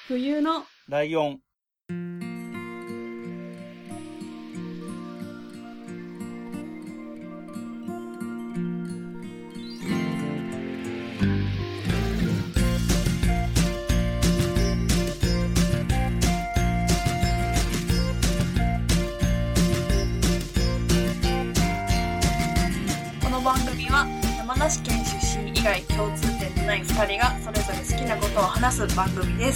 冬のライオン。 この番組は山梨県出身以外共通点のない2人がそれぞれ好きなことを話す番組です。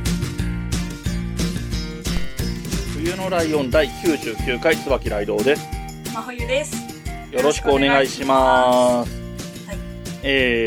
冬のライオン第99回椿ライドウです。 真冬です。 よろしくお願いします。 はい、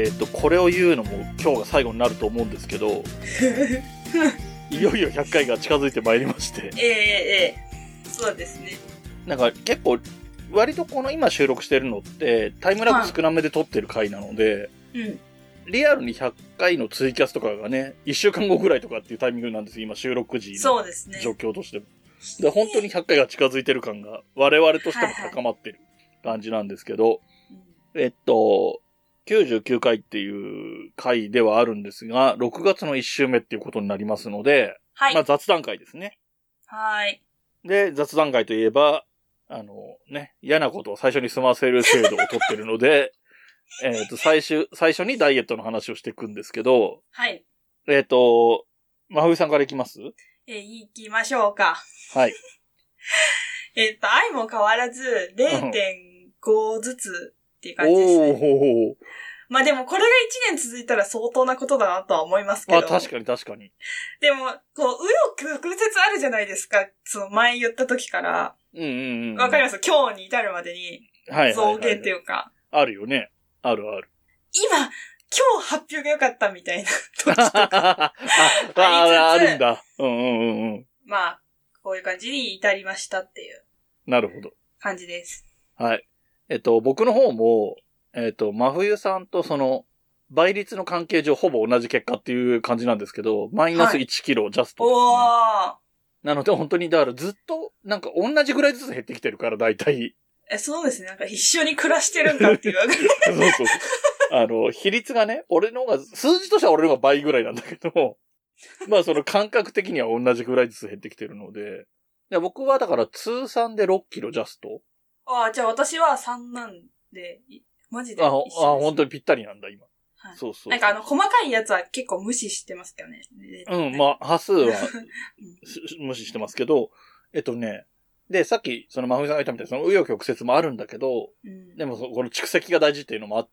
これを言うのも今日が最後になると思うんですけどいよいよ100回が近づいてまいりましてそうですね。 なんか結構割とこの今収録してるのってタイムラグ少なめで撮ってる回なので、リアルに100回のツイキャスとかがね1週間後ぐらいとかっていうタイミングなんですよ、今収録時の状況としても。で本当に100回が近づいてる感が我々としても高まってる感じなんですけど、99回っていう回ではあるんですが、6月の1週目っていうことになりますので、まあ雑談会ですね。 はい。 で、雑談会といえば、嫌なことを最初に済ませる制度を取ってるので、最初にダイエットの話をしていくんですけど、 はい。 真冬さんからいきます？ 行きましょうか。 はい。 愛も変わらず 0.5 ずつっていう感じですね。まあでもこれが1年続いたら相当なことだなとは思いますけど。 確かに確かに。 でも、こう、紆余曲折あるじゃないですか。その前言った時から。わかります？今日に至るまでに増減っていうか。 あるよね。あるある。 今日発表が良かったみたいな時とか。 あるんだ。 まあ、こういう感じに至りましたっていう。 なるほど。 感じです。 はい。僕の方も、真冬さんとその、倍率の関係上ほぼ同じ結果っていう感じなんですけど、マイナス1キロジャストですね。なので本当に、だからずっと、なんか同じぐらいずつ減ってきてるから、大体。 そうですね。なんか一緒に暮らしてるんだっていう。 そう。比率がね、数字としては俺の方が倍ぐらいなんだけど、まあその感覚的には同じぐらいずつ減ってきてるので、僕はだから通算で6キロジャスト。 じゃあ私は3なんで、マジで一緒です。 本当にぴったりなんだ、今。 はい、 そう。 なんか細かいやつは結構無視してますけどね。 まあ、波数は無視してますけど、で、さっき、その真冬さんが言ったみたいに、その紆余曲折もあるんだけど、でもこの蓄積が大事っていうのもあって、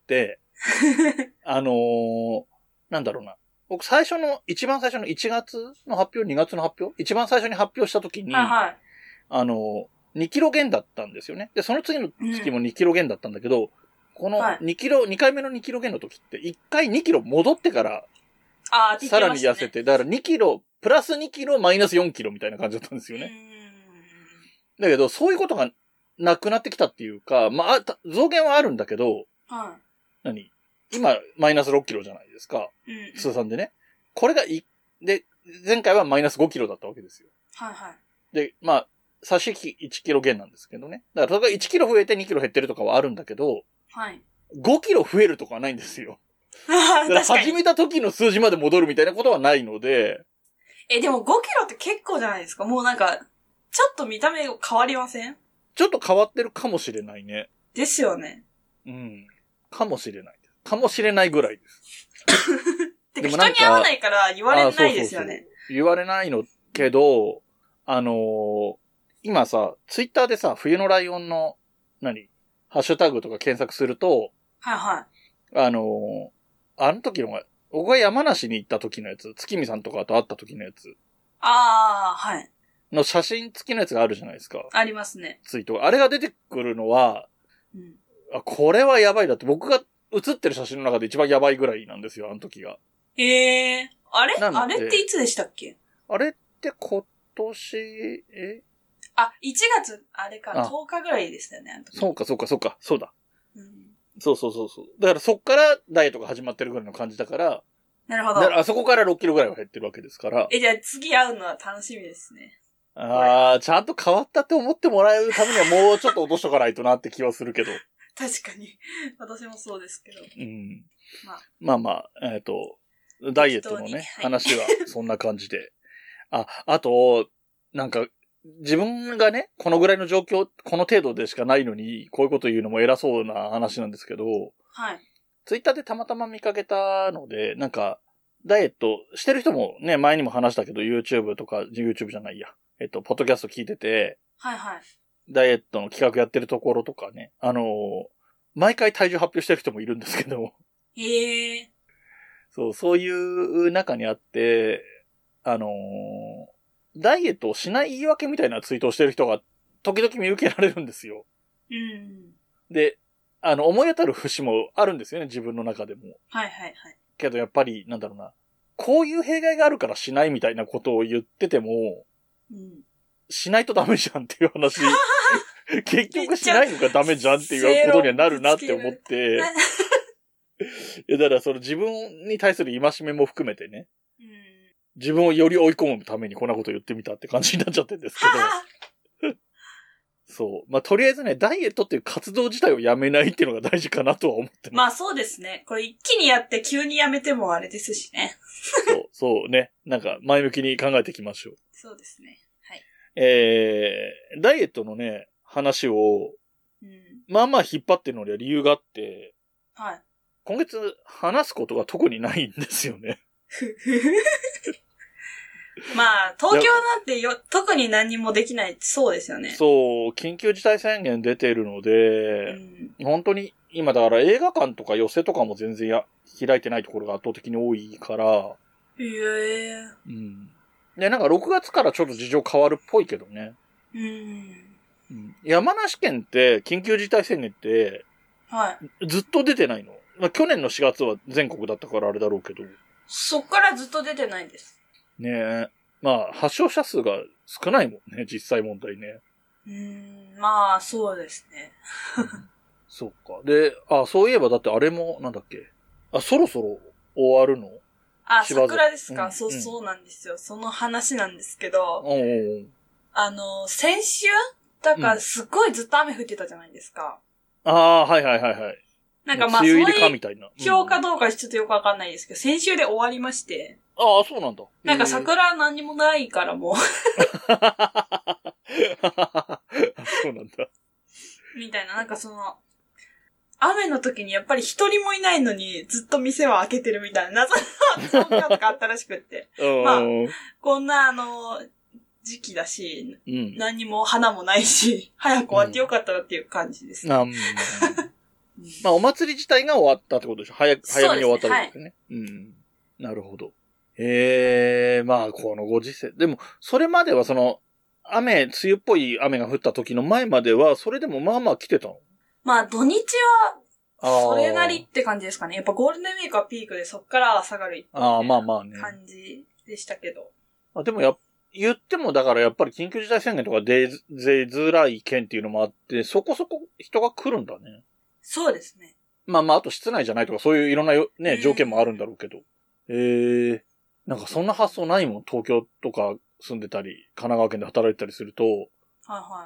なんだろうな。僕一番最初の1月の発表、2月の発表一番最初に発表した時に、2キロ減だったんですよね。で、その次の月も2キロ減だったんだけど、この2回目の2キロ減の時って、1回2キロ戻ってから、さらに痩せて、だから2キロ、プラス2キロ、マイナス4キロみたいな感じだったんですよね。だけど、そういうことがなくなってきたっていうか、まあ、増減はあるんだけど、今、マイナス6キロじゃないですか。通算でね。これがで、前回はマイナス5キロだったわけですよ。で、まあ、差し引き1キロ減なんですけどね。だから、それが1キロ増えて2キロ減ってるとかはあるんだけど、5キロ増えるとかはないんですよ。だから始めた時の数字まで戻るみたいなことはないので。 でも5キロって結構じゃないですか。もうなんか、ちょっと見た目変わりません？ ちょっと変わってるかもしれないね。 ですよね。 かもしれない。かもしれないぐらいです。 てか人に合わないから言われないですよね。 言われないのけど、今さ、ツイッターでさ、冬のライオンの、ハッシュタグとか検索すると、あの時の僕が山梨に行った時のやつ、月見さんとかと会った時のやつ。の写真付きのやつがあるじゃないですか。 ありますね。 ツイートが。あれが出てくるのは、これはやばいだって、僕が写ってる写真の中で一番やばいぐらいなんですよ、あの時が。 あれっていつでしたっけ？あれって今年、 1月、あれか、10日ぐらいでしたよね、あの時。 そうか、そうだ。そう。だからそっからダイエットが始まってるぐらいの感じだから、 なるほど。 だからあそこから6キロぐらいは減ってるわけですから。 じゃあ次会うのは楽しみですね。 ちゃんと変わったって思ってもらえるためにはもうちょっと落としとかないとなって気はするけど。 確かに。私もそうですけど。 まあ、 ダイエットのね、話はそんな感じで。あと、なんか、自分がね、このぐらいの状況、この程度でしかないのに、こういうこと言うのも偉そうな話なんですけど、 はい。 ツイッターでたまたま見かけたので、なんか、ダイエットしてる人もね、前にも話したけど、YouTube とか、YouTube じゃないや。ポッドキャスト聞いてて、 はいはい。 ダイエットの企画やってるところとかね、毎回体重発表してる人もいるんですけど、 へえ。 そういう中にあって、ダイエットをしない言い訳みたいなツイートをしてる人が時々見受けられるんですよ。 うん。 で、思い当たる節もあるんですよね、自分の中でも。 はいはいはい。 けどやっぱり、なんだろうな、こういう弊害があるからしないみたいなことを言ってても、 うん、 しないとダメじゃんっていう話。結局しないのがダメじゃんっていうことにはなるなって思って、だからその自分に対する戒めも含めてね、うん、自分をより追い込むためにこんなこと言ってみたって感じになっちゃってるんですけど。そう。まあ、とりあえずね、ダイエットっていう活動自体をやめないっていうのが大事かなとは思ってます。 まあそうですね。これ一気にやって急にやめてもあれですしね。 そうね。なんか前向きに考えていきましょう。 そうですね。はい。 ダイエットのね、話を、うん、まあまあ引っ張ってるのには理由があって、 はい。 今月話すことが特にないんですよね。 まあ、東京なんて特に何もできない、そうですよね。 そう、緊急事態宣言出てるので、うん、本当に今だから映画館とか寄せとかも全然開いてないところが圧倒的に多いから、うん。で、なんか6月からちょっと事情変わるっぽいけどね。うん。山梨県って緊急事態宣言って、はい。ずっと出てないの。まあ、去年の4月は全国だったからあれだろうけど。 そっからずっと出てないです。 ねえ。まあ、発症者数が少ないもんね、実際問題ね。 まあ、そうですね。 そっか。で、そういえばだってあれも、なんだっけ。そろそろ終わるの？ 桜ですか、そうなんですよ。その話なんですけど、先週だからすごいずっと雨降ってたじゃないですか。 はいはい。 なんかまあ、 梅雨入りかみたいな。 今日かどうかちょっとよくわかんないですけど、先週で終わりまして。 そうなんだ。 なんか桜何にもないからもう。 そうなんだ。 みたいな、なんか雨の時にやっぱり一人もいないのにずっと店は開けてるみたいな謎の状況とかあったらしくって。まあ、こんな時期だし、うん、何にも花もないし、早く終わってよかったなっていう感じですね。 まあ、お祭り自体が終わったってことでしょ。早めに終わったってことですね。はい、うん。なるほど。まあ、このご時世。でも、それまでは梅雨っぽい雨が降った時の前までは、それでもまあまあ来てたの？ まあ、土日は、それなりって感じですかね。やっぱゴールデンウィークはピークで、そっから下がる一方みたいな感じでしたけど。 でも言ってもだからやっぱり緊急事態宣言とか出づらい県っていうのもあって、そこそこ人が来るんだね。 そうですね。 まあ、あと室内じゃないとかそういういろんなね、条件もあるんだろうけど。なんかそんな発想ないもん。東京とか住んでたり、神奈川県で働いてたりすると。はいはい。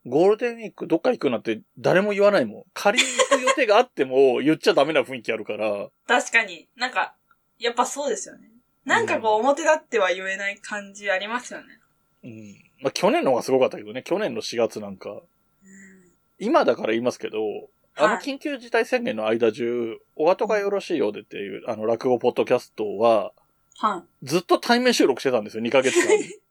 ゴールデンウィークどっか行くなんて誰も言わないもん。仮に行く予定があっても言っちゃダメな雰囲気あるから。 確かに。なんか、やっぱそうですよね。なんか表立っては言えない感じありますよね。 うん。まあ去年の方がすごかったけどね。去年の4月なんか。今だから言いますけど、緊急事態宣言の間中、お後がよろしいようでっていう、落語ポッドキャストは、はい。ずっと対面収録してたんですよ、2ヶ月間。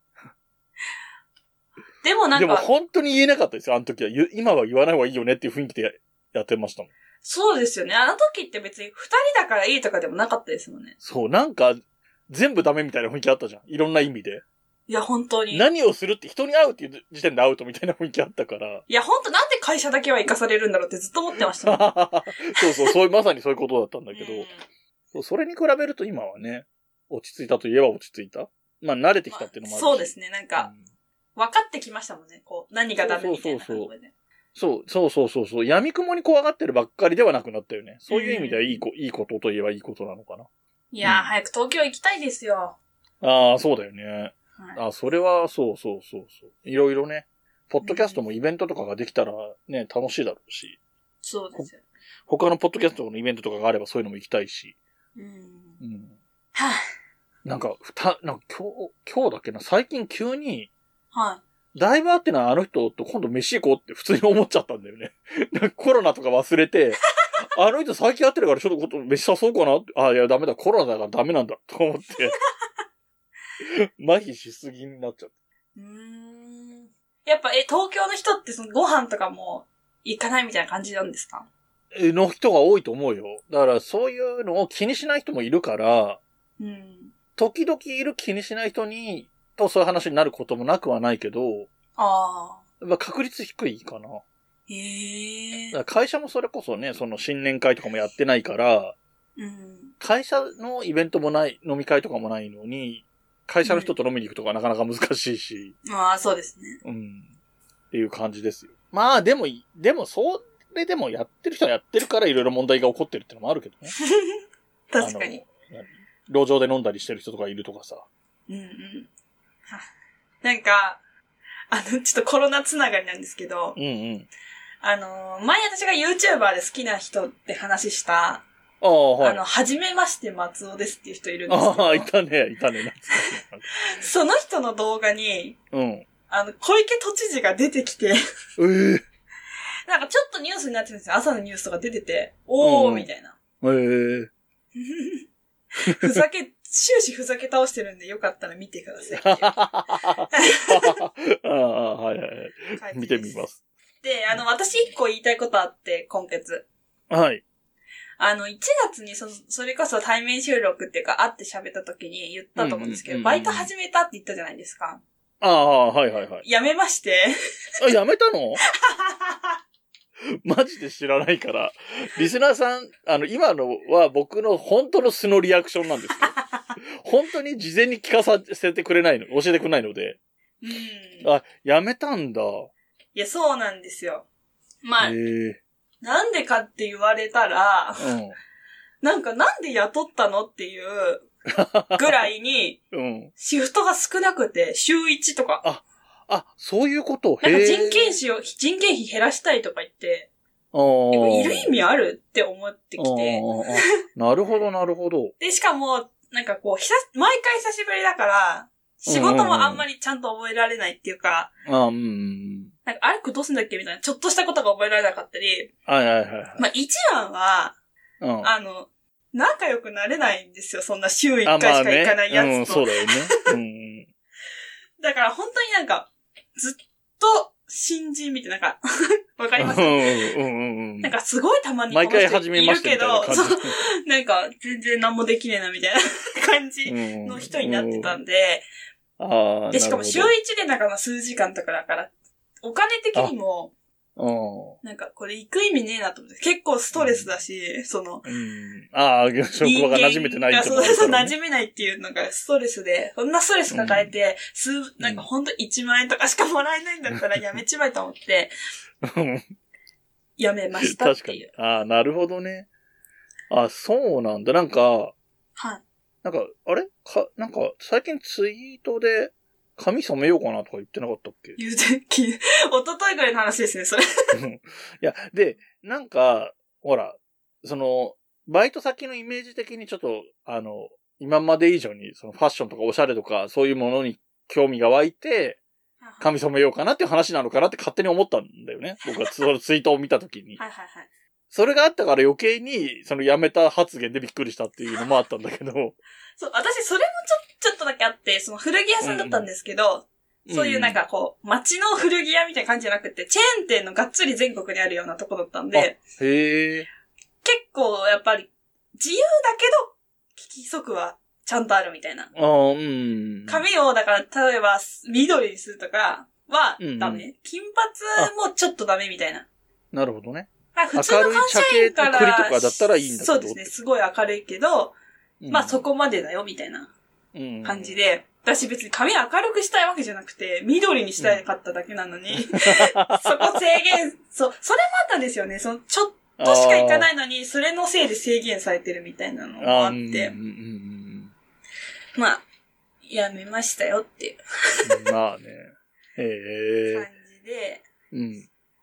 でもなんか。 でも本当に言えなかったですよ、あの時は。今は言わない方がいいよねっていう雰囲気でやってましたもん。 そうですよね。あの時って別に2人だからいいとかでもなかったですもんね。 そう、なんか、全部ダメみたいな雰囲気あったじゃん。いろんな意味で。 いや、本当に。 何をするって人に会うっていう時点で会うとみたいな雰囲気あったから。 いや、本当なんで会社だけは生かされるんだろうってずっと思ってましたもん。 そう、まさにそういうことだったんだけど、それに比べると今はね、落ち着いたといえば落ち着いた。まあ、慣れてきたっていうのもあるし。 そうですね、なんか、分かってきましたもんね、何がダメみたいな感じで。 そう。闇雲に怖がってるばっかりではなくなったよね。そういう意味ではいいことといえばいいことなのかな。 いやー、早く東京行きたいですよ。 そうだよね。はい、それは、そう。いろいろね、ポッドキャストもイベントとかができたらね、楽しいだろうし。 そうですよ。 他のポッドキャストのイベントとかがあればそういうのも行きたいし。 はなんか今日だっけな、最近急に、 はい。 だいぶ会ってないあの人と今度飯行こうって普通に思っちゃったんだよね。なんかコロナとか忘れて、あの人最近会ってるからちょっと飯誘そうかなって。あ、いやダメだ、コロナだからダメなんだ、と思って。麻痺しすぎになっちゃった。 やっぱ、東京の人ってそのご飯とかも行かないみたいな感じなんですか？ の人が多いと思うよ。だからそういうのを気にしない人もいるから、時々いる気にしない人とそういう話になることもなくはないけど、確率低いかな。だから会社もそれこそね、その新年会とかもやってないから、会社のイベントもない、飲み会とかもないのに、会社の人と飲みに行くとかなかなか難しいし。 そうですね。 っていう感じですよ。まあでもそれでもやってる人はやってるからいろいろ問題が起こってるってのもあるけどね。 確かに。 路上で飲んだりしてる人とかいるとかさ。 なんか、ちょっとコロナつながりなんですけど、前私が YouTuber で好きな人って話した、はい。はじめまして松尾ですっていう人いるんですけど。 いたね。 その人の動画に、小池都知事が出てきて、なんかちょっとニュースになってるんですよ。朝のニュースとか出てて、みたいな。終始ふざけ倒してるんでよかったら見てくださいっていう。 はい。見てみます。 で、私一個言いたいことあって、今月。 はい。 1月にそれこそ対面収録っていうか、会って喋った時に言ったと思うんですけど、バイト始めたって言ったじゃないですか。 はい。 辞めまして。 辞めたの？マジで知らないから。リスナーさん、今のは僕の本当の素のリアクションなんですよ。本当に事前に聞かせてくれないの、教えてくれないので。辞めたんだ。 いや、そうなんですよ。まあ、なんでかって言われたら、なんで雇ったのっていうぐらいに、シフトが少なくて、週1とか。 そういうこと。 なんか人件費減らしたいとか言って、いる意味あるって思ってきて。 なるほど。 で、しかも、なんかこう、毎回久しぶりだから、仕事もあんまりちゃんと覚えられないっていうか、なんか、あれこれどうすんだっけみたいな、ちょっとしたことが覚えられなかったり、まあ一番は、仲良くなれないんですよ、そんな週1回しか行かないやつと。 そうだよね。 だから本当になんか、ずっと新人みたいな、なんか、わかります？なんかすごいたまに毎回始めましたみたいな感じ。 なんか全然何もできねえなみたいな感じの人になってたんで、で、しかも週1でなんか数時間とかだから、お金的にも、なんかこれ行く意味ねえなと思って、結構ストレスだし、職場が馴染めてないってことそう、馴染めないっていうのがストレスで、そんなストレス抱えて、なんかほんと1万円とかしかもらえないんだったらやめちまえと思って、やめましたっていう。 確かに。なるほどね。そうなんだ。なんか、 はい。 なんか、なんか、最近ツイートで、髪染めようかなとか言ってなかったっけ？ 一昨日ぐらいの話ですね、それ。いや、で、なんか、ほら、バイト先のイメージ的にちょっと、今まで以上に、ファッションとかおしゃれとか、そういうものに興味が湧いて、髪染めようかなっていう話なのかなって勝手に思ったんだよね。僕はそのツイートを見たときに。それがあったから余計に、辞めた発言でびっくりしたっていうのもあったんだけど。 そう、私それもちょっとだけあって、古着屋さんだったんですけど、そういうなんかこう、街の古着屋みたいな感じじゃなくて、チェーン店のがっつり全国にあるようなとこだったんで、結構やっぱり自由だけど、規則はちゃんとあるみたいな。髪をだから例えば緑にするとかはダメ。金髪もちょっとダメみたいな。 なるほどね。 普通の会社員から明るい茶系の栗とかだったらいいんだけど。 そうですね。すごい明るいけど、まあそこまでだよみたいな感じで、私別に髪明るくしたいわけじゃなくて、緑にしたいかっただけなのに、そこ制限、それもあったんですよね。ちょっとしか行かないのに、それのせいで制限されてるみたいなのもあって、まあ、やめましたよっていう。 まあね。 感じで、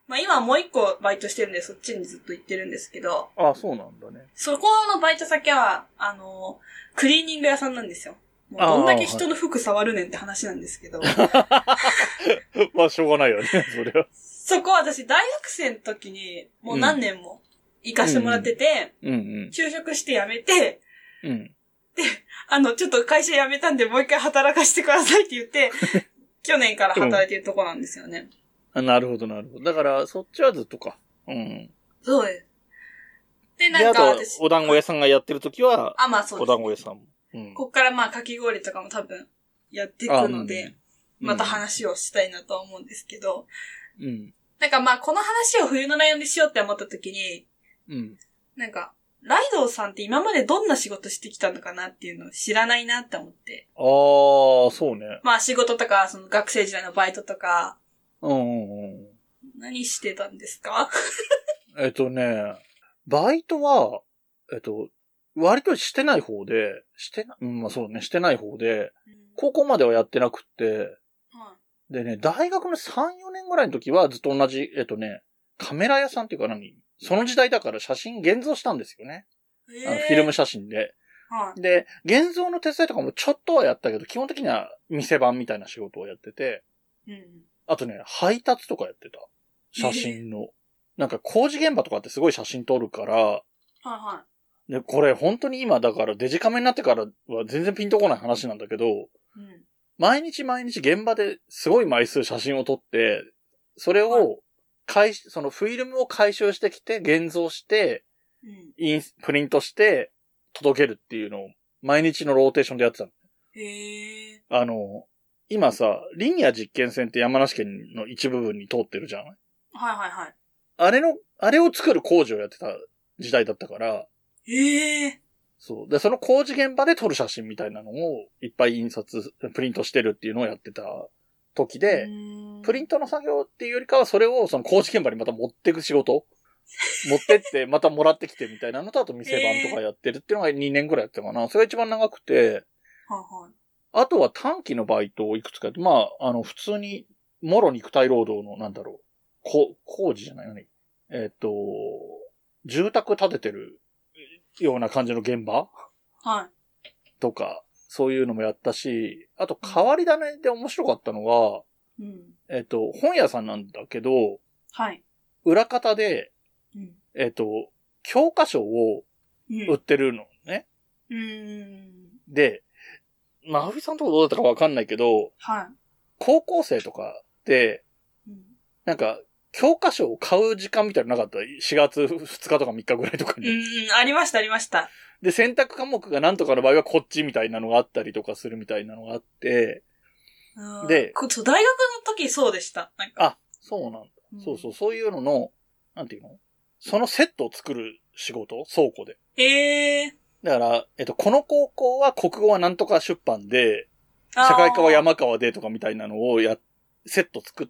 まあ今はもう一個バイトしてるんで、そっちにずっと行ってるんですけど。 ああ、そうなんだね。 そこのバイト先は、クリーニング屋さんなんですよ。もうどんだけ人の服触るねんって話なんですけど。 まあしょうがないよね、それは。 そこは私大学生の時に、もう何年も行かしてもらってて、就職して辞めて、で、ちょっと会社辞めたんでもう一回働かせてくださいって言って、去年から働いてるとこなんですよね。 なるほど、なるほど。だから、そっちはずっとか。 そうです。で、なんか私。あと、お団子屋さんがやってる時は、 まあそうです、 お団子屋さんも。 こっからまあかき氷とかも多分やっていくので、また話をしたいなとは思うんですけど、なんかまあこの話を冬のライオンでしようって思った時に、なんか、ライドウさんって今までどんな仕事してきたのかなっていうのを知らないなって思って。 ああ、そうね。 まあ仕事とか、その学生時代のバイトとか。何してたんですか？ バイトは、割としてない方で、まあそうね、してない方で、高校まではやってなくって、でね、大学の3、4年ぐらいの時はずっと同じ、カメラ屋さんっていうかその時代だから写真現像したんですよね。フィルム写真で。で、現像の手伝いとかもちょっとはやったけど、基本的には店番みたいな仕事をやってて、あとね、配達とかやってた。写真の。なんか工事現場とかってすごい写真撮るから、で、これ本当に今だからデジカメになってからは全然ピンとこない話なんだけど、毎日現場ですごい枚数写真を撮って、それをそのフィルムを回収してきて、現像して、プリントして、届けるっていうのを、毎日のローテーションでやってたの。今さ、リニア実験線って山梨県の一部分に通ってるじゃん。あれを作る工事をやってた時代だったから。そう。で、その工事現場で撮る写真みたいなのをいっぱいプリントしてるっていうのをやってた時で、プリントの作業っていうよりかはそれをその工事現場にまた持ってく仕事持ってってまたもらってきてみたいなのと、あと店番とかやってるっていうのが2年ぐらいやってたかな。それが一番長くて、あとは短期のバイトをいくつかやって、まあ、普通に、もろ肉体労働の工事じゃないよね。住宅建ててるような感じの現場とか、そういうのもやったし、あと変わり種で面白かったのが、本屋さんなんだけど、裏方で、教科書を売ってるのね。で、まふいさんとこどうだったかわかんないけど、高校生とかで、なんか、教科書を買う時間みたいなのなかった？ 4 月2日とか3日ぐらいとかに。 ありました、ありました。 で、選択科目がなんとかの場合はこっちみたいなのがあったりとかするみたいなのがあって、 で、大学の時そうでした。なんかそうなんだ。そういうのの、なんていうの？そのセットを作る仕事？倉庫で。だから、この高校は国語はなんとか出版で、社会科は山川でとかみたいなのをセット作って、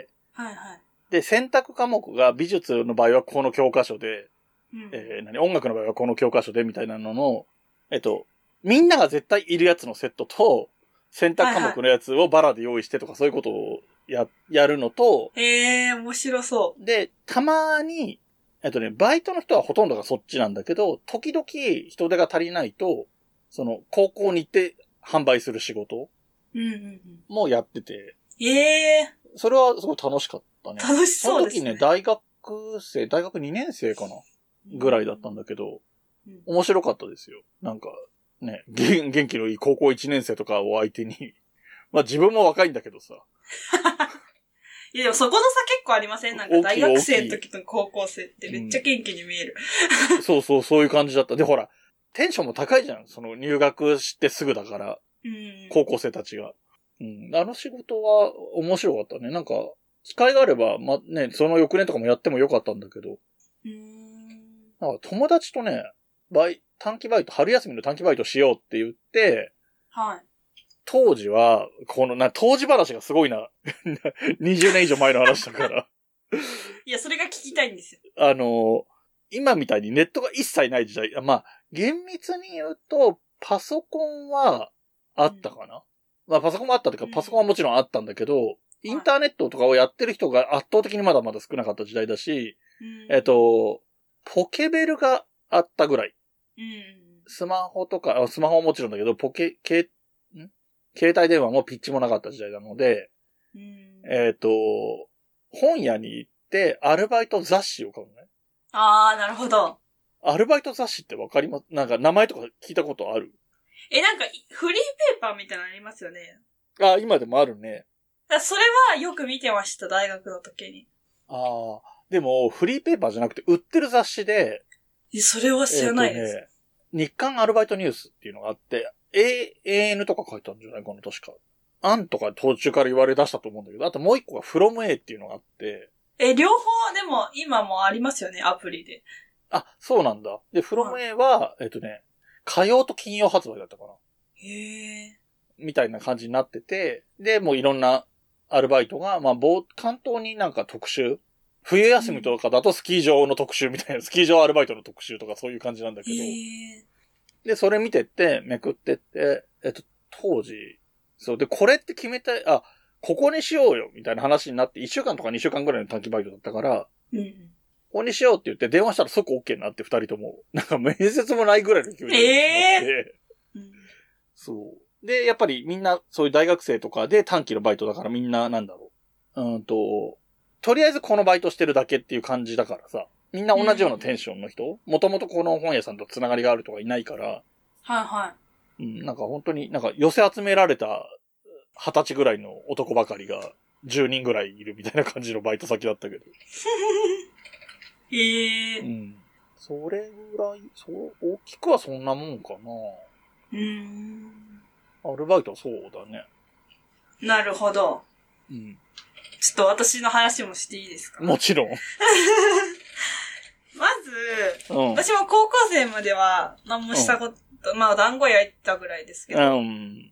で、選択科目が美術の場合はこの教科書で、音楽の場合はこの教科書でみたいなのの、みんなが絶対いるやつのセットと、選択科目のやつをバラで用意してとかそういうことをやるのと、 面白そう。 で、たまに、バイトの人はほとんどがそっちなんだけど、時々人手が足りないと、その、高校に行って販売する仕事もやってて、それはすごい楽しかったね。 楽しそうですね。 その時ね、大学2年生かなぐらいだったんだけど、面白かったですよ。なんか、ね、元気のいい高校1年生とかを相手に、まあ自分も若いんだけどさ。 いやでもそこの差結構ありません？なんか大学生の時と高校生ってめっちゃ元気に見える。 そういう感じだった。で、ほら、テンションも高いじゃん。その入学してすぐだから。高校生たちが。あの仕事は面白かったね。なんか、機会があれば、その翌年とかもやってもよかったんだけど。なんか友達とね、短期バイト、春休みの短期バイトしようって言って、当時は、当時話がすごいな。20年以上前の話だから。 いや、それが聞きたいんですよ。 今みたいにネットが一切ない時代。まあ、厳密に言うと、パソコンはあったかな？まあ、パソコンもあったというか、パソコンはもちろんあったんだけど、 インターネットとかをやってる人が圧倒的にまだまだ少なかった時代だし、ポケベルがあったぐらい。スマホはもちろんだけど、携帯電話もピッチもなかった時代なので、本屋に行ってアルバイト雑誌を買うのね。 あー、なるほど。 アルバイト雑誌ってわかります？なんか名前とか聞いたことある？ なんかフリーペーパーみたいなのありますよね。 あ、今でもあるね。 それはよく見てました、大学の時に。 ああ、でもフリーペーパーじゃなくて売ってる雑誌で、 それは知らないです。 日刊アルバイトニュースっていうのがあって、AN とか書いたんじゃないかな、確か。アンとか途中から言われ出したと思うんだけど、あともう一個が from A っていうのがあって。 両方でも今もありますよね、アプリで。 あ、そうなんだ。で、from A は、火曜と金曜発売だったかな。 へー。 みたいな感じになってて、で、もういろんなアルバイトが、まあ、関東になんか特集。冬休みとかだとスキー場の特集みたいな、スキー場アルバイトの特集とかそういう感じなんだけど。で、それ見てって、めくってって、当時、そう、で、これって決めたい、ここにしようよ、みたいな話になって、1週間とか2週間ぐらいの短期バイトだったから、ここにしようって言って電話したら即 OK になって2人とも。なんか面接もないぐらいの勢いで。そう。で、やっぱりみんな、そういう大学生とかで短期のバイトだからみんな、なんだろう。とりあえずこのバイトしてるだけっていう感じだからさ。みんな同じようなテンションの人、もともとこの本屋さんとつながりがあるとかいないから。 はいはい。 なんか本当になんか寄せ集められた20歳ぐらいの男ばかりが10人ぐらいいるみたいな感じのバイト先だったけど。それぐらい、大きくはそんなもんかな。アルバイトはそうだね。 なるほど。ちょっと私の話もしていいですか？ もちろん。 まず、私も高校生までは何もしたこと、まあ団子焼いたぐらいですけど、一番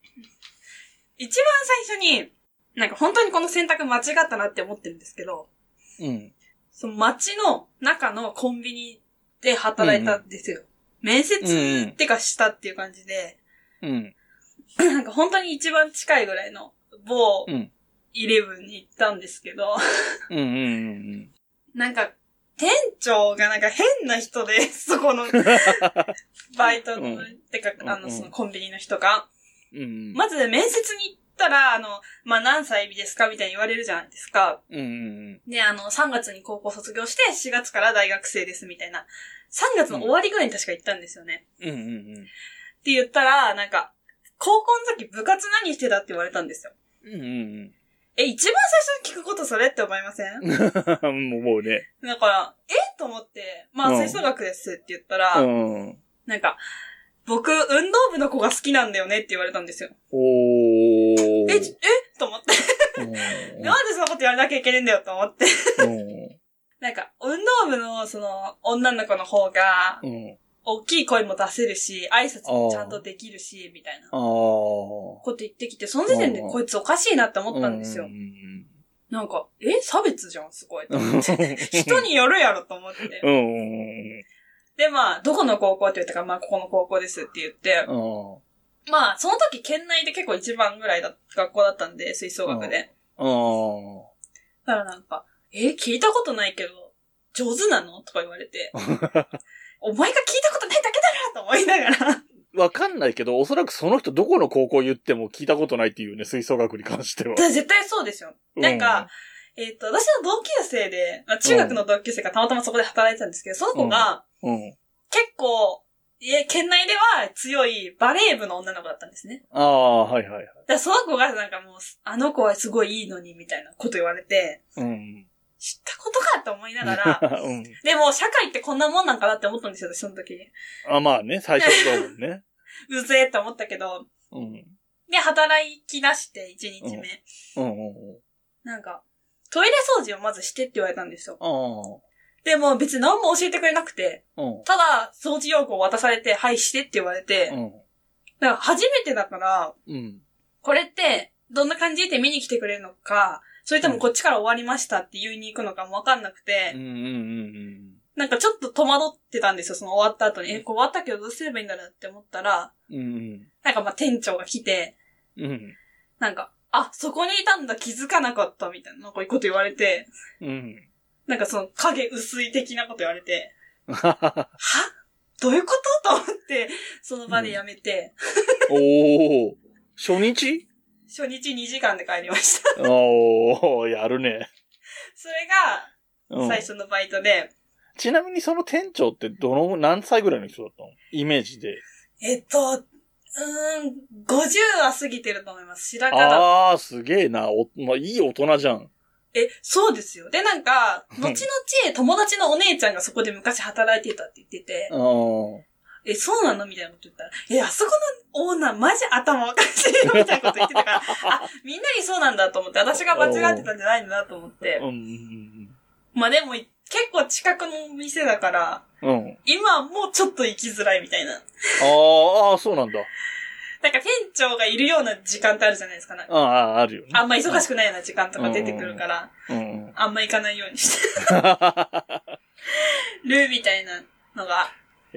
最初に、なんか本当にこの選択間違ったなって思ってるんですけど、その街の中のコンビニで働いたんですよ。面接ってかしたっていう感じで、なんか本当に一番近いぐらいの某イレブンに行ったんですけど、なんか店長がなんか変な人で、そこのバイトの、てかそのコンビニの人が、まず面接に行ったら、まあ、何歳ですかみたいに言われるじゃないですか。で、3月に高校卒業して、4月から大学生ですみたいな。3月の終わりぐらいに確か行ったんですよね。って言ったら、なんか、高校の時部活何してたって言われたんですよ。一番最初に聞くことそれって思いません？ もうね。 だから、と思って、まあ、吹奏楽ですって言ったら、なんか、僕、運動部の子が好きなんだよねって言われたんですよ。と思って。なんでそんなことやらなきゃいけないんだよと思って。なんか、運動部の、女の子の方が、大きい声も出せるし、挨拶もちゃんとできるし、みたいな。こと言ってきて、その時点でこいつおかしいなって思ったんですよ。なんか、差別じゃん、すごい。人によるやろと思って。で、まあ、どこの高校って言ったか、まあ、ここの高校ですって言って、まあ、その時県内で結構一番ぐらい学校だったんで、吹奏楽で。だからなんか、聞いたことないけど、上手なのとか言われて、お前が聞いたことないだけだなと思いながら。 わかんないけど、おそらくその人どこの高校言っても聞いたことないっていうね、吹奏楽に関しては。 絶対そうですよ。なんか、私の同級生で、中学の同級生がたまたまそこで働いてたんですけど、その子が、結構、県内では強いバレー部の女の子だったんですね。 はい。 だその子がなんかもう、あの子はすごいいいのにみたいなこと言われて、知ったことかって思いながら、でも社会ってこんなもんなんかなって思ったんですよ、その時に。 まあね、最初だもんね。 うぜーって思ったけど、で、働き出して1日目。なんか、トイレ掃除をまずしてって言われたんですよ。でも別に何も教えてくれなくて、ただ掃除用具を渡されて、はいしてって言われて、だから初めてだから、これってどんな感じで見に来てくれるのか、それともこっちから終わりましたって言いに行くのかもわかんなくて、なんかちょっと戸惑ってたんですよ、その終わった後に。こう終わったけどどうすればいいんだろうって思ったら、なんかまあ店長が来て、なんか、 あ、そこにいたんだ気づかなかったみたいな、なんかいうこと言われて。 うん。 なんかその影薄い的なこと言われて。はどういうことと思って、その場でやめて。 うん、おー。初日 2時間で帰りました。 おー、やるね。 それが、最初のバイトで、 ちなみにその店長って何歳ぐらいの人だったの？イメージで。 50は過ぎてると思います。白髪だ。 ああ、すげえな。まあ、いい大人じゃん。 そうですよ。で、なんか、後々友達のお姉ちゃんがそこで昔働いてたって言ってて、そうなのみたいなこと言ったら、あそこのオーナーマジ頭おかしいよみたいなこと言ってたから、みんなにそうなんだと思って、私が間違ってたんじゃないんだなと思って。まあでも、結構近くの店だから、今はもうちょっと行きづらいみたいな。 ああ、そうなんだ。 なんか店長がいるような時間ってあるじゃないですか。 あるよね。 あんま忙しくないような時間とか出てくるから、あんま行かないようにしてるみたいなのがあって、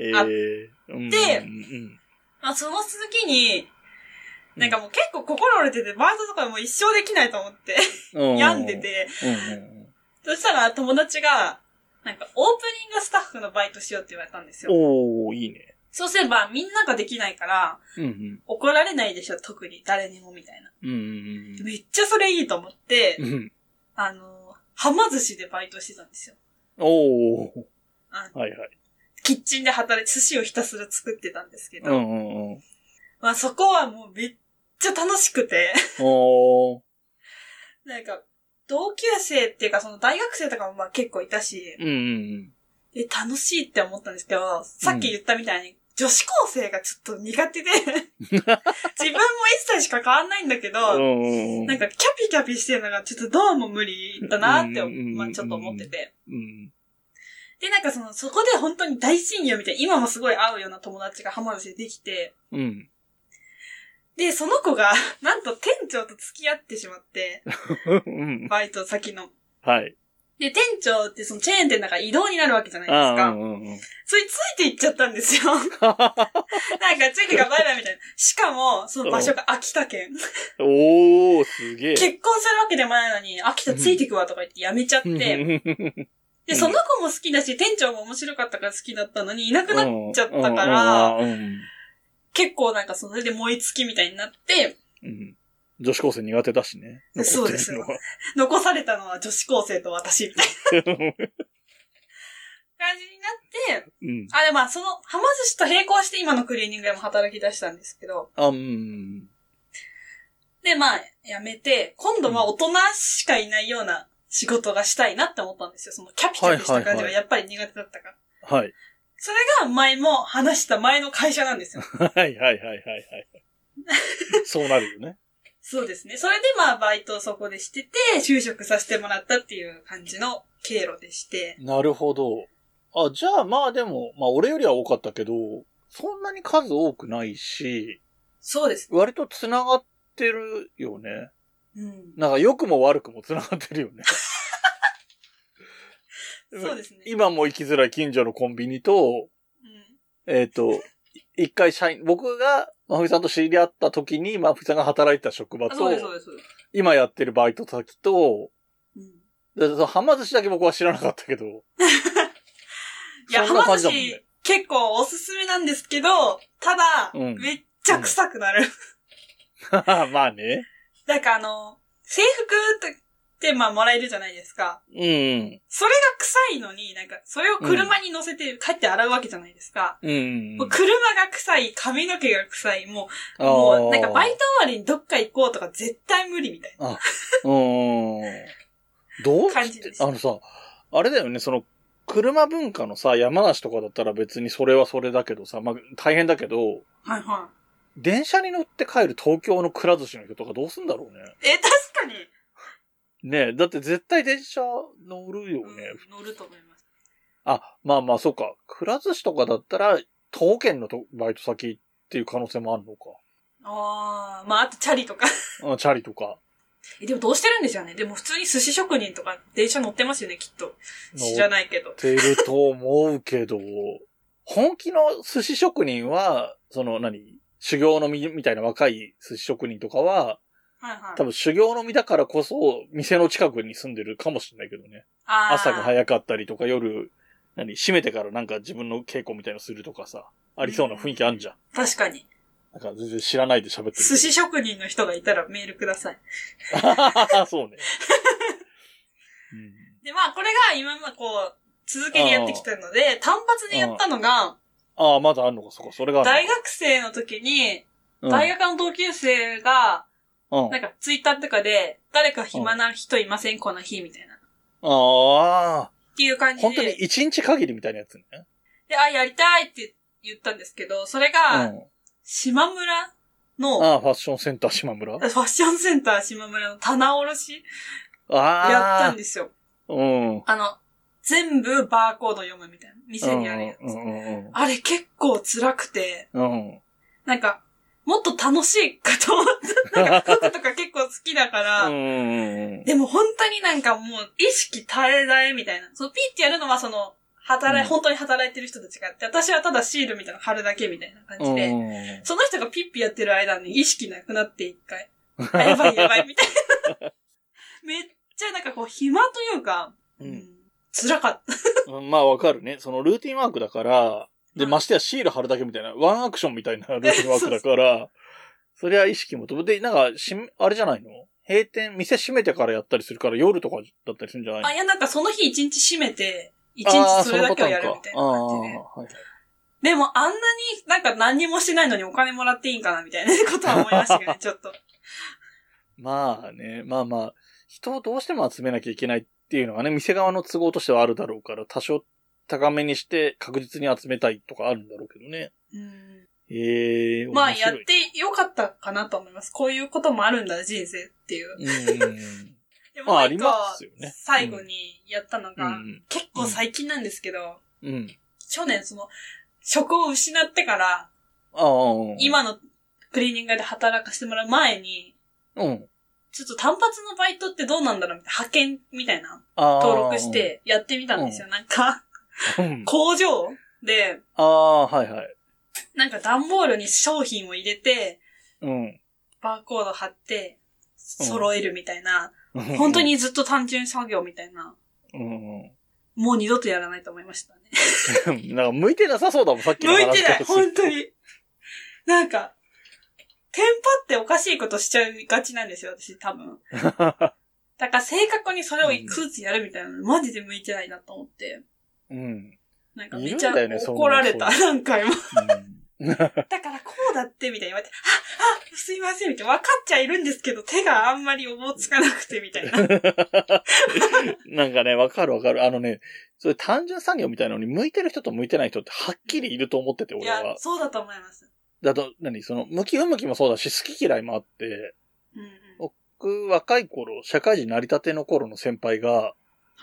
まあその次に、なんかもう結構心折れてて、バイトとかもう一生できないと思って、病んでて、そしたら友達が、なんかオープニングスタッフのバイトしようって言われたんですよ。 おー、いいね。 そうすればみんなができないから、怒られないでしょ、特に誰にもみたいな。めっちゃそれいいと思って、はま寿司でバイトしてたんですよ。 おー。はいはい。 キッチンで寿司をひたすら作ってたんですけど、まあそこはもうめっちゃ楽しくて、なんか、同級生っていうかその大学生とかもまあ結構いたし、楽しいって思ったんですけど、さっき言ったみたいに、女子高生がちょっと苦手で、自分も1歳しか変わんないんだけど、なんかキャピキャピしてるのがちょっとどうも無理だなって、まあちょっと思ってて。で、なんかそこで本当に大親友みたいな、今もすごい会うような友達がはま寿司でできて、で、その子が、なんと店長と付き合ってしまって、バイト先の。 はい。 で、店長ってそのチェーン店だから移動になるわけじゃないですか。それついて行っちゃったんですよ。なんかついてかバイバイみたいな。しかも、その場所が秋田県。 おー、すげえ。 結婚するわけでもないのに、秋田ついてくわとか言ってやめちゃって。で、その子も好きだし、店長も面白かったから好きだったのに、いなくなっちゃったから、結構なんかそれで燃え尽きみたいになって、 女子高生苦手だしね。 そうですよ。残されたのは女子高生と私みたいな感じになって、でまあその、はま寿司と並行して今のクリーニングでも働き出したんですけど、でまあ、辞めて、今度は大人しかいないような仕事がしたいなって思ったんですよ。そのキャピキャピした感じがやっぱり苦手だったから。はい。それが前も話した前の会社なんですよ。 はい。そうなるよね。 そうですね。それでまあバイトをそこでしてて、就職させてもらったっていう感じの経路でして。 なるほど。じゃあまあでも、まあ俺よりは多かったけど、そんなに数多くないし、 そうですね。 割と繋がってるよね。なんか良くも悪くも繋がってるよね。 そうですね。 今も行きづらい近所のコンビニと、一回僕がまふみさんと知り合った時にまふみさんが働いてた職場と、 そうです。 今やってるバイト先と、はま寿司だけ僕は知らなかったけど。 いや、はま寿司結構おすすめなんですけど、ただ、めっちゃ臭くなる。 まあね。 なんか制服ってまあもらえるじゃないですか。それが臭いのに、なんか、それを車に乗せて帰って洗うわけじゃないですか。もう車が臭い、髪の毛が臭い、もうなんかバイト終わりにどっか行こうとか絶対無理みたいな。 どう感じです。 あれだよね、車文化のさ、山梨とかだったら別にそれはそれだけどさ、まあ大変だけど、電車に乗って帰る東京のくら寿司の人とかどうすんだろうね。 確かに。 ねえ、だって絶対電車乗るよね。 乗ると思います。 まあ、そうか。くら寿司とかだったら、徒歩圏のバイト先っていう可能性もあるのか。 まあ、あとチャリとか。 チャリとか。 でもどうしてるんですよね。でも普通に寿司職人とか電車乗ってますよね、きっと。知らないけど。 乗ってると思うけど、本気の寿司職人は、修行のみたいな若い寿司職人とかは、 はいはい。 多分修行の身だからこそ、店の近くに住んでるかもしれないけどね。朝が早かったりとか夜、閉めてからなんか自分の稽古みたいのするとかさ、ありそうな雰囲気あんじゃん。 確かに。 なんか全然知らないで喋ってる。 寿司職人の人がいたらメールください。 そうね。 うん、で、まあこれが今続けてやってきたので、単発でやったのが、 まだあんのか、それがあるのか。 大学生の時に、大学の同級生が、なんかツイッターとかで、誰か暇な人いませんこの日みたいな。っていう感じで。 本当に一日限りみたいなやつね。 で、やりたいって言ったんですけど、それが、島村の、 ファッションセンター島村？ ファッションセンター島村の棚卸しやったんですよ。全部バーコード読むみたいな。店にあるやつ。あれ結構辛くて、なんか、もっと楽しいかと思った。なんか服とか結構好きだから、でも本当になんかもう意識絶え絶えみたいな。ピーってやるのは本当に働いてる人たちがあって、私はただシールみたいなの貼るだけみたいな感じで、その人がピッピやってる間に意識なくなって一回。やばいみたいな。めっちゃなんか暇というか、辛かった。 まあわかるね。そのルーティンワークだから、で、ましてやシール貼るだけみたいな、ワンアクションみたいなルーティンワークだから、そりゃ意識もと。で、なんか、あれじゃないの？店閉めてからやったりするから夜とかだったりするんじゃないの？ いやなんかその日一日閉めて、一日それだけをやるみたいな感じで。でもあんなになんか何にもしてないのにお金もらっていいんかなみたいなことは思いましたけどね、ちょっと。 まあね、まあ、人をどうしても集めなきゃいけないっていうのがね、店側の都合としてはあるだろうから、多少高めにして確実に集めたいとかあるんだろうけどね。 まあやってよかったかなと思います。こういうこともあるんだ、人生っていう。でもありますよね。 最後にやったのが、結構最近なんですけど、去年職を失ってから、今のクリーニングで働かせてもらう前に、ちょっと単発のバイトってどうなんだろうみたいな、派遣みたいな、登録してやってみたんですよ。なんか、工場で、なんか段ボールに商品を入れて、バーコード貼って、揃えるみたいな、本当にずっと単純作業みたいな、もう二度とやらないと思いましたね。 なんか向いてなさそうだもん、さっきの話。 向いてない、本当に。なんか、テンパっておかしいことしちゃいがちなんですよ、私多分。だから正確にそれを空気やるみたいなの、マジで向いてないなと思って。なんかめっちゃ怒られた、何回も。だからこうだってみたいに言われて、すいませんみたいな。分かっちゃいるんですけど、手があんまりおぼつかなくてみたいな。 なんかね、わかる。それ単純作業みたいなのに向いてる人と向いてない人ってはっきりいると思ってて、俺は。 いや、そうだと思います。 向き不向きもそうだし、好き嫌いもあって、僕、若い頃、社会人成り立ての頃の先輩が、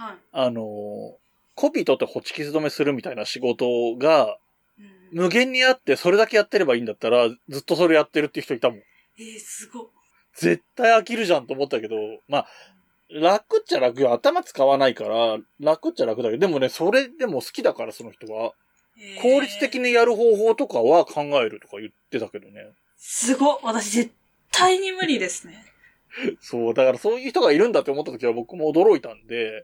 コピー取ってホチキス止めするみたいな仕事が、無限にあって、それだけやってればいいんだったら、ずっとそれやってるっていう人いたもん。 すごい。 絶対飽きるじゃんと思ったけど、まあ、楽っちゃ楽よ。頭使わないから、楽っちゃ楽だけど、でもね、それでも好きだから、その人は。効率的にやる方法とかは考えるとか言ってたけどね。 すごい。私絶対に無理ですね。 そう、だからそういう人がいるんだって思った時は僕も驚いたんで、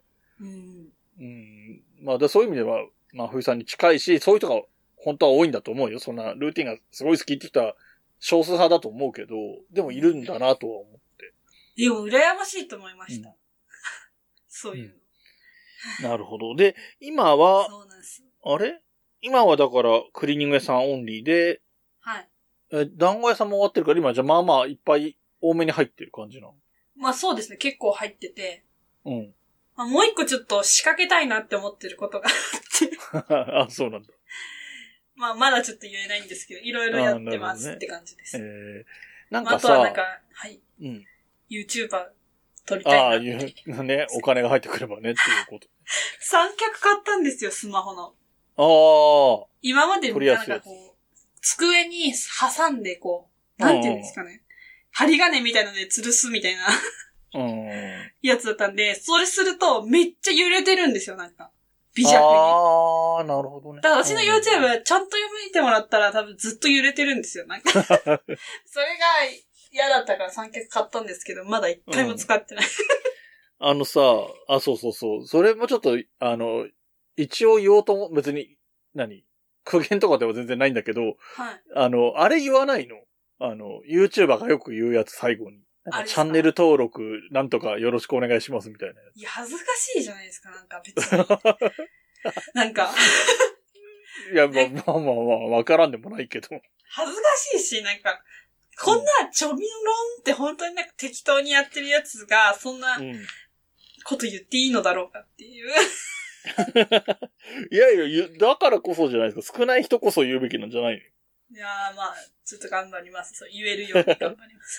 まあ、そういう意味では、まあ、冬さんに近いし、そういう人が本当は多いんだと思うよ。そんなルーティンがすごい好きって人は少数派だと思うけど、でもいるんだなとは思って。 でも羨ましいと思いました。そういうの。なるほど。で、今は、 そうなんです。 あれ？今はだからクリーニング屋さんオンリーで、団子屋さんも終わってるから今じゃあまあまあいっぱい多めに入ってる感じなの？ まあそうですね。結構入ってて。まあ、もう一個ちょっと仕掛けたいなって思ってることがあって。 そうなんだ。 まあまだちょっと言えないんですけど、いろいろやってますって感じです。 なんかさ、 あとはなんか、YouTuber 撮りたいな。 ね、お金が入ってくればねっていうこと。 三脚買ったんですよ、スマホの。今までなんか机に挟んでなんていうんですかね。針金みたいので吊るすみたいなやつだったんで、それするとめっちゃ揺れてるんですよ、なんか。微弱に。 なるほどね。 だから私の YouTube ちゃんと読めてもらったら多分ずっと揺れてるんですよ、なんか。それが嫌だったから三脚買ったんですけど、まだ一回も使ってない。 そう。それもちょっと、一応言おうとも、別に、苦言とかでは全然ないんだけど、 はい。 あれ言わないのYouTuber がよく言うやつ最後に。チャンネル登録なんとかよろしくお願いしますみたいなやつ。 いや、恥ずかしいじゃないですか、なんか別に。なんか。 いや、まあ、わからんでもないけど。 恥ずかしいし、なんか、こんなちょみろんって本当になんか適当にやってるやつが、そんなこと言っていいのだろうかっていう。 いや、だからこそじゃないですか。少ない人こそ言うべきなんじゃないの？ いやー、まあ、ちょっと頑張ります。そう言えるように頑張ります。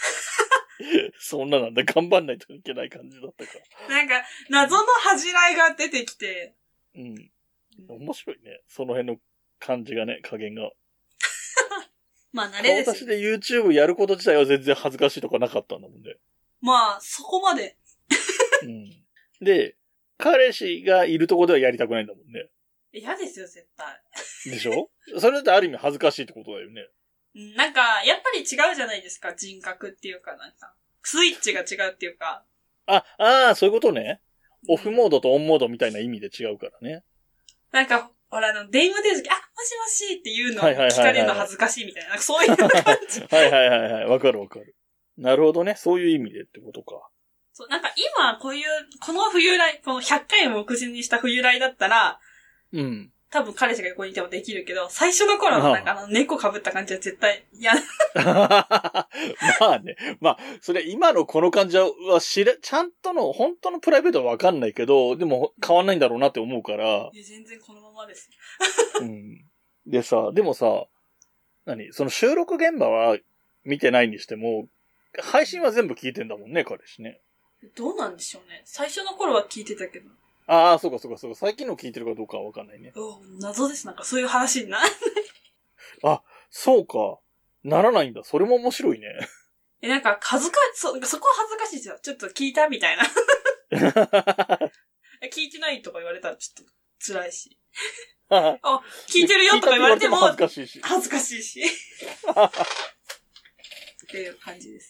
そんななんだ、頑張んないといけない感じだったか。 なんか、謎の恥じらいが出てきて。 うん。面白いね。その辺の感じがね、加減が。 まあ、慣れです。 私で YouTube やること自体は全然恥ずかしいとかなかったんだもんね。 まあ、そこまで。 うん。で、彼氏がいるとこではやりたくないんだもんね。 嫌ですよ、絶対。 でしょ？それってある意味恥ずかしいってことだよね。 なんか、やっぱり違うじゃないですか、人格っていうかなんか。スイッチが違うっていうか。 そういうことね。オフモードとオンモードみたいな意味で違うからね。 なんか、ほら、電話出るとき、もしもしっていうのを聞かれるの恥ずかしいみたいな、なんかそういう感じ。 はい。わかる。なるほどね。そういう意味でってことか。 そう、なんか今、この冬来、この100回も目前にした冬来だったら、 うん。 多分彼氏が横にいてもできるけど、最初の頃のなんか猫被った感じは絶対嫌。 まあね。まあ、それ今のこの感じはちゃんとの、本当のプライベートはわかんないけど、でも変わんないんだろうなって思うから。 いや、全然このままです。 うん。でもさ、その収録現場は見てないにしても、配信は全部聞いてんだもんね、彼氏ね。 どうなんでしょうね。最初の頃は聞いてたけど。 そうか。最近の聞いてるかどうかはわかんないね。 謎です。なんかそういう話にならない。 そうか。ならないんだ。それも面白いね。 なんか、そこは恥ずかしいですよ。ちょっと聞いたみたいな。聞いてないとか言われたらちょっと辛いし。聞いてるよとか言われても恥ずかしいし。 っていう感じです。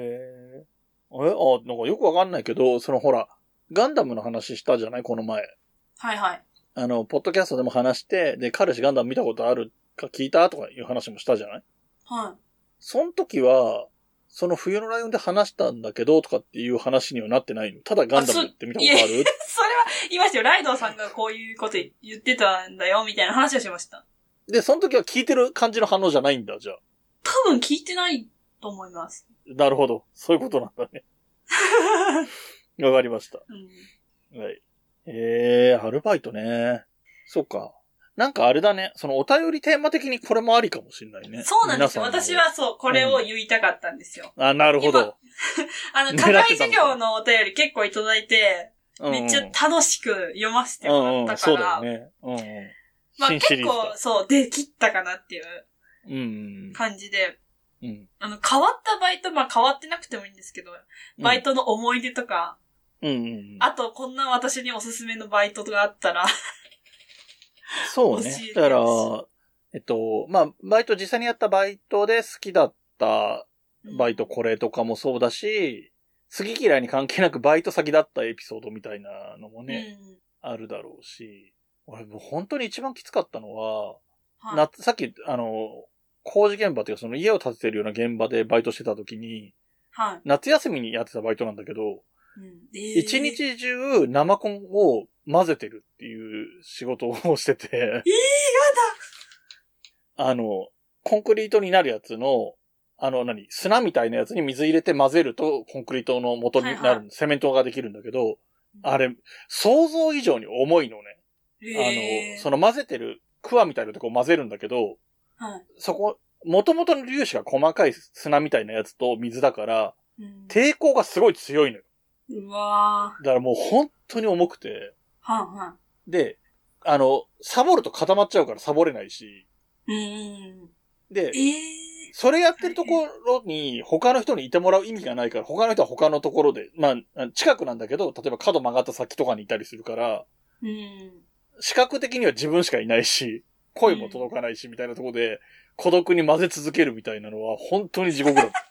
なんかよくわかんないけど、ほら、ガンダムの話したじゃないこの前。 はいはい。 ポッドキャストでも話して、で、彼氏ガンダム見たことあるか聞いたとかいう話もしたじゃない？ はい。 その時は、その冬のライオンで話したんだけどとかっていう話にはなってないの？ただガンダムって見たことある？ それは言いましたよ。ライドウさんがこういうこと言ってたんだよみたいな話をしました。 で、その時は聞いてる感じの反応じゃないんだ、じゃあ。 多分聞いてないと思います。 なるほど。そういうことなんだね。わかりました。 うん、 はい。アルバイトね。そうか。なんかあれだね。そのお便りテーマ的にこれもありかもしれないね。 そうなんですよ。私はこれを言いたかったんですよ。 なるほど。 課外授業のお便り結構いただいて、めっちゃ楽しく読ませてもらったから。 そうだよね。 まあ結構、できったかなっていう感じで。変わったバイト、変わってなくてもいいんですけど、バイトの思い出とか、あとこんな私におすすめのバイトがあったら、 そうね。だから、バイト、実際にやったバイトで好きだったバイトこれとかもそうだし、好き嫌いに関係なくバイト先だったエピソードみたいなのもね、あるだろうし、俺もう本当に一番きつかったのは、さっき、工事現場っていうかその家を建ててるような現場でバイトしてた時に、夏休みにやってたバイトなんだけど、一日中生コンを混ぜてるっていう仕事をしてて。 やだ！コンクリートになるやつの、砂みたいなやつに水入れて混ぜるとコンクリートの元になる、セメントができるんだけど、あれ、想像以上に重いのね。その混ぜてる、クワみたいなとこ混ぜるんだけど、そこ、元々の粒子が細かい砂みたいなやつと水だから、抵抗がすごい強いのよ。 うわだからもう本当に重くて。で、サボると固まっちゃうからサボれないし。で、それやってるところに他の人にいてもらう意味がないから、他の人は他のところで、近くなんだけど、例えば角曲がった先とかにいたりするから、視覚的には自分しかいないし、声も届かないし、みたいなところで、孤独に混ぜ続けるみたいなのは本当に地獄だった。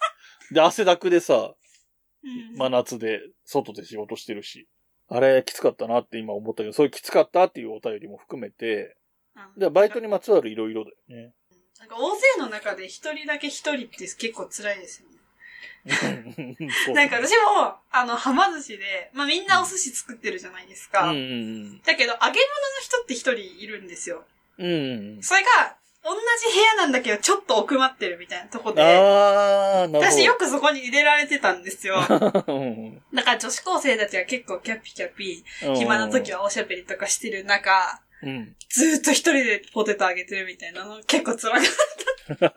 で、汗だくでさ、真夏で外で仕事してるし、あれきつかったなって今思ったけど、そういうきつかったっていうお便りも含めて、でバイトにまつわるいろいろだよね。 なんか大勢の中で一人だけ一人って結構辛いですよね。なんか私も、はま寿司で、まあ、みんなお寿司作ってるじゃないですか。だけど、揚げ物の人って一人いるんですよ。それが、同じ部屋なんだけど、ちょっと奥まってるみたいなとこで。私よくそこに入れられてたんですよ。だから女子高生たちが結構キャピキャピ、暇な時はおしゃべりとかしてる中、ずーっと一人でポテト揚げてるみたいなの結構辛かった。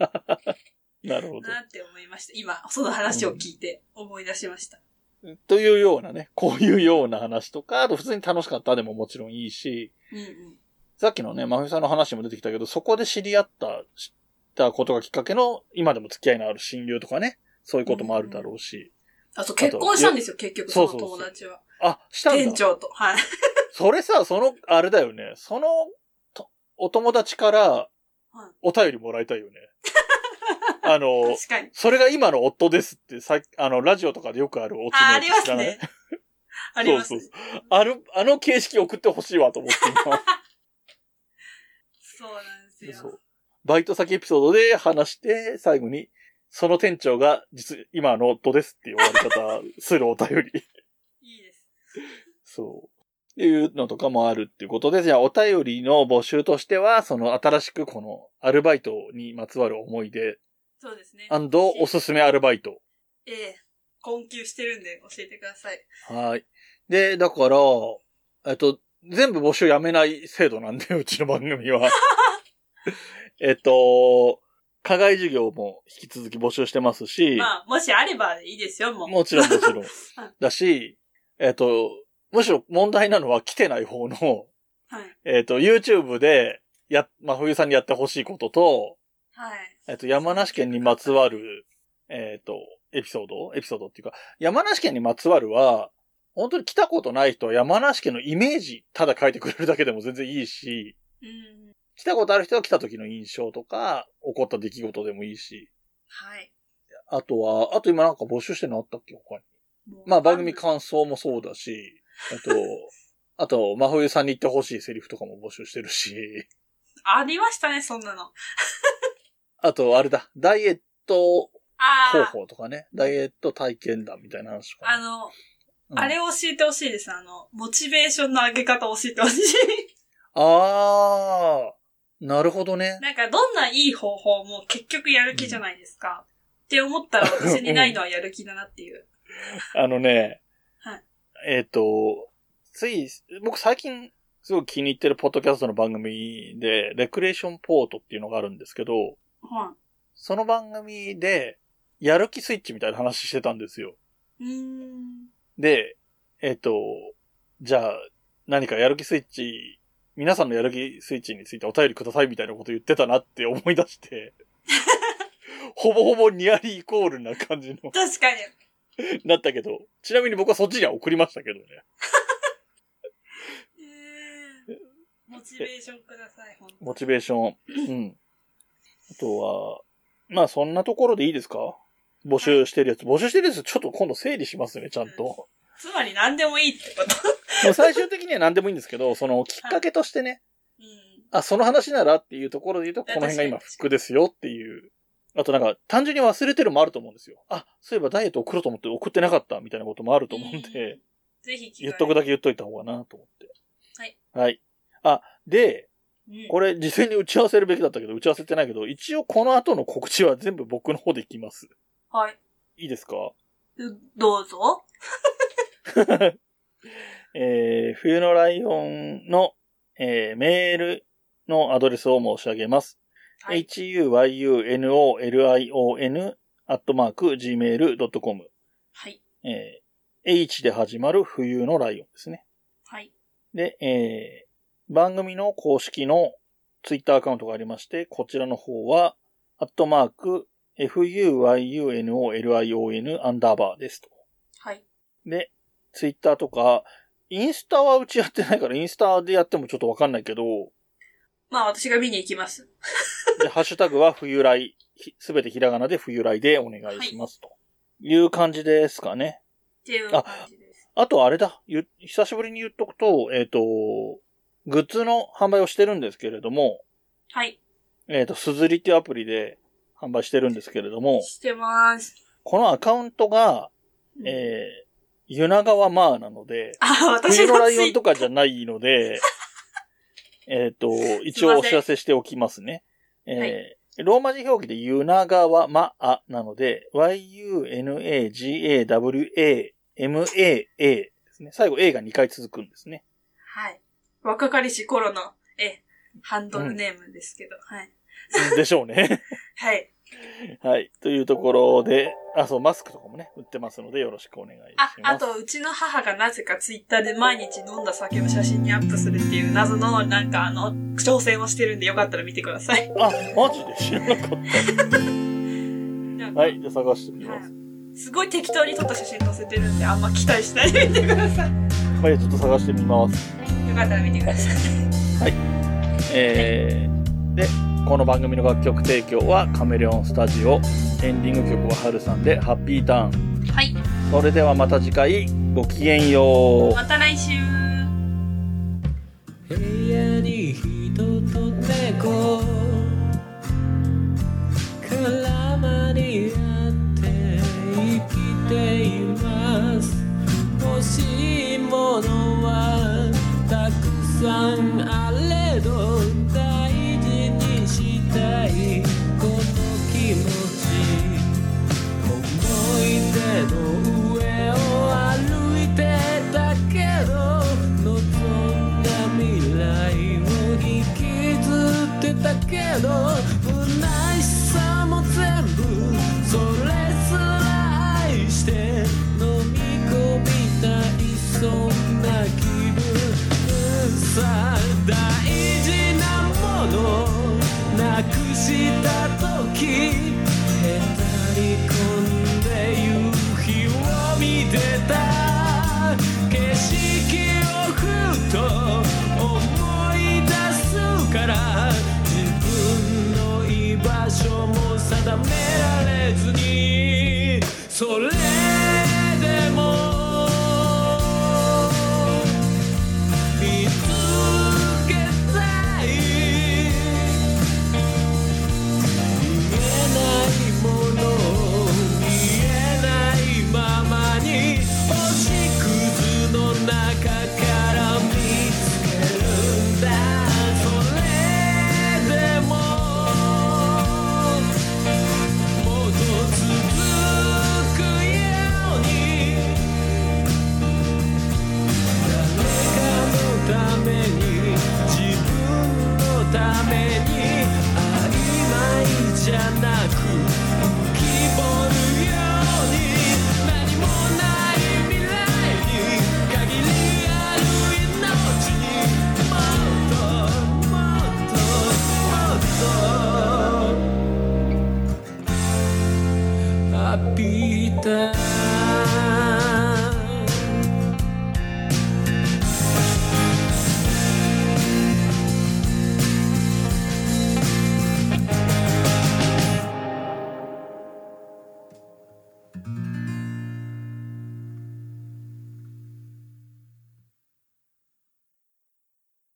なるほど。 なって思いました。今、その話を聞いて思い出しました。 というようなね、こういうような話とか、あと普通に楽しかったでももちろんいいし、さっきのね、真冬さんの話も出てきたけど、そこで知ったことがきっかけの、今でも付き合いのある親友とかね、そういうこともあるだろうし。 あと結婚したんですよ、結局、その友達は。 したんだ。 店長と。はい。 それさ、あれだよね。お友達から、お便りもらいたいよね。 確かに。 それが今の夫ですって、ラジオとかでよくあるオチのやつ知らない？ ありますね。 あの形式送ってほしいわと思って今。 そうなんですよ。 バイト先エピソードで話して、最後に、その店長が今の夫ですっていう終わり方するお便り。 いいです。 そう。いうのとかもあるっていうことで、じゃあお便りの募集としては、新しくこのアルバイトにまつわる思い出。 そうですね。 おすすめアルバイト。 困窮してるんで教えてください。 はい。で、だから、全部募集やめない制度なんで、うちの番組は。課外授業も引き続き募集してますし。 まあ、もしあればいいですよ、もう。 もちろん。だし、むしろ問題なのは来てない方の、YouTube で、冬さんにやってほしいことと、山梨県にまつわる、エピソードっていうか、山梨県にまつわるは、本当に来たことない人は山梨県のイメージ、ただ書いてくれるだけでも全然いいし、来たことある人は来た時の印象とか、起こった出来事でもいいし。あと今なんか募集してるのあったっけ他に。まあ番組感想もそうだし、あと、真冬さんに言ってほしいセリフとかも募集してるし。 ありましたね、そんなの。 あと、あれだ、ダイエット方法とかね。ダイエット体験談みたいな話とか、ね。 あれを教えてほしいです。モチベーションの上げ方を教えてほしい。 なるほどね。 なんか、どんないい方法も結局やる気じゃないですか。って思ったら私にないのはやる気だなっていう。 僕最近すごく気に入ってるポッドキャストの番組で、レクレーションポートっていうのがあるんですけど、その番組で、やる気スイッチみたいな話してたんですよ。で、じゃあ、何かやる気スイッチ、皆さんのやる気スイッチについてお便りくださいみたいなこと言ってたなって思い出して、ほぼほぼニアリーイコールな感じの。 確かに。 なったけど、ちなみに僕はそっちには送りましたけどね。 モチベーションください、本当に。 モチベーション。あとは、まあそんなところでいいですか？募集してるやつ。募集してるやつちょっと今度整理しますね、ちゃんと。 つまり何でもいいってこともう最終的には何でもいいんですけど、そのきっかけとしてね、その話ならっていうところで言うと、この辺が今服ですよっていう。あとなんか、単純に忘れてるもあると思うんですよ。そういえばダイエット送ろうと思って送ってなかったみたいなこともあると思うんで、 ぜひ言っとくだけ言っといた方がなと思って。 はい。 で、これ事前に打ち合わせるべきだったけど、打ち合わせてないけど、一応この後の告知は全部僕の方でいきます。 はい。 いいですか？ どうぞ。 冬のライオンの、メールのアドレスを申し上げます。 はい、 huyunolion@gmail.com。 はい。 H で始まる冬のライオンですね。 はい。 で、番組の公式のツイッターアカウントがありまして、こちらの方は、@FUYUNOLION_ ですと。 はい。 で、ツイッターとか、インスタはうちやってないから、インスタでやってもちょっとわかんないけど、 まあ私が見に行きます。 で、ハッシュタグは冬来、すべてひらがなで冬来でお願いしますと。 いう感じですかね。 っていう感じです。 あとあれだ。久しぶりに言っとくと、グッズの販売をしてるんですけれども。 はい。 すずりっていうアプリで販売してるんですけれども。 してます。 このアカウントが、ユナガワマーなので、 私のライオンとかじゃないので、一応お知らせしておきますね。はい、ローマ字表記でユナガワマアなので、YUNAGAWAMAA ですね。最後 A が2回続くんですね。 はい。若かりし頃のハンドルネームですけど、はい。 でしょうね。 はい。 はい。というところで、マスクとかもね、売ってますのでよろしくお願いします。 あと、うちの母がなぜかツイッターで毎日飲んだ酒の写真にアップするっていう謎の、挑戦をしてるんでよかったら見てください。 マジで知らなかった。はい、じゃあ探してみます。 すごい適当に撮った写真載せてるんで、あんま期待しないでみてください。 はい、ちょっと探してみます。 よかったら見てください。 はい。で、この番組の楽曲提供はカメレオンスタジオ。エンディング曲はハルさんでハッピーターン。 はい。 それではまた次回、ごきげんよう。 また来週。 部屋に人と猫絡まり合って生きています。欲しいものはたくさんあれど大事にしたいこの気持ち、思い出の上を歩いてたけど望んだ未来を引きずってたけど不悔しさも全部それすら愛して飲み込みたいそんな気分さ、大事なものなくした時へたり込んで夕日を見てた景色をふと思い出すから自分の居場所も定められずにそれ